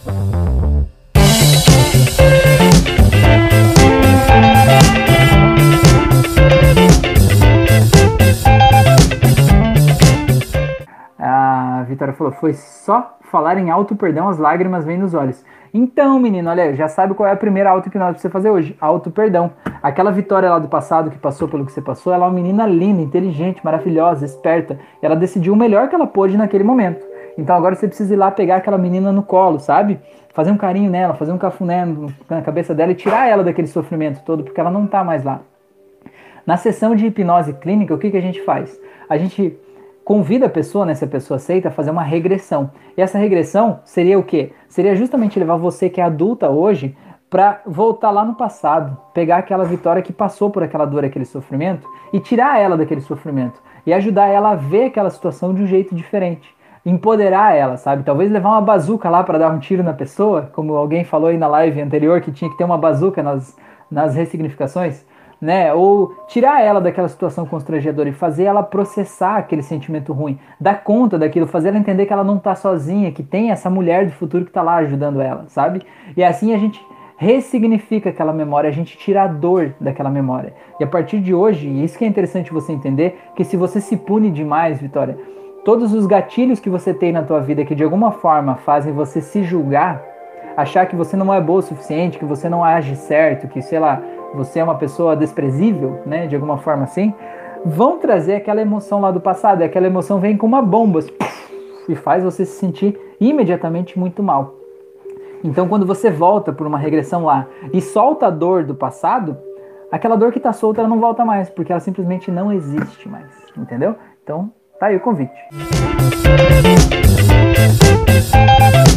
A Vitória falou, foi só falar em auto perdão, as lágrimas vêm nos olhos. Então, menino, olha, já sabe qual é a primeira auto-hipnose pra você fazer hoje. Auto perdão. Aquela Vitória lá do passado que passou pelo que você passou, ela é uma menina linda, inteligente, maravilhosa, esperta. Ela decidiu o melhor que ela pôde naquele momento. Então agora você precisa ir lá pegar aquela menina no colo, sabe? Fazer um carinho nela, fazer um cafuné na cabeça dela e tirar ela daquele sofrimento todo, porque ela não tá mais lá. Na sessão de hipnose clínica, o que a gente faz? A gente convida a pessoa, né, se a pessoa aceita, a fazer uma regressão. E essa regressão seria o quê? Seria justamente levar você que é adulta hoje para voltar lá no passado, pegar aquela Vitória que passou por aquela dor, aquele sofrimento e tirar ela daquele sofrimento e ajudar ela a ver aquela situação de um jeito diferente. Empoderar ela, sabe? Talvez levar uma bazuca lá para dar um tiro na pessoa, como alguém falou aí na live anterior que tinha que ter uma bazuca nas ressignificações, né? Ou tirar ela daquela situação constrangedora e fazer ela processar aquele sentimento ruim, dar conta daquilo, fazer ela entender que ela não tá sozinha, que tem essa mulher do futuro que tá lá ajudando ela, sabe? E assim a gente ressignifica aquela memória, a gente tira a dor daquela memória. E a partir de hoje, e isso que é interessante você entender, que se você se pune demais, Vitória, todos os gatilhos que você tem na tua vida que de alguma forma fazem você se julgar, achar que você não é boa o suficiente, que você não age certo, que, sei lá, você é uma pessoa desprezível, né, de alguma forma assim, vão trazer aquela emoção lá do passado, e aquela emoção vem com uma bomba e faz você se sentir imediatamente muito mal. Então quando você volta por uma regressão lá e solta a dor do passado, aquela dor que está solta ela não volta mais, porque ela simplesmente não existe mais, entendeu? Então tá aí o convite.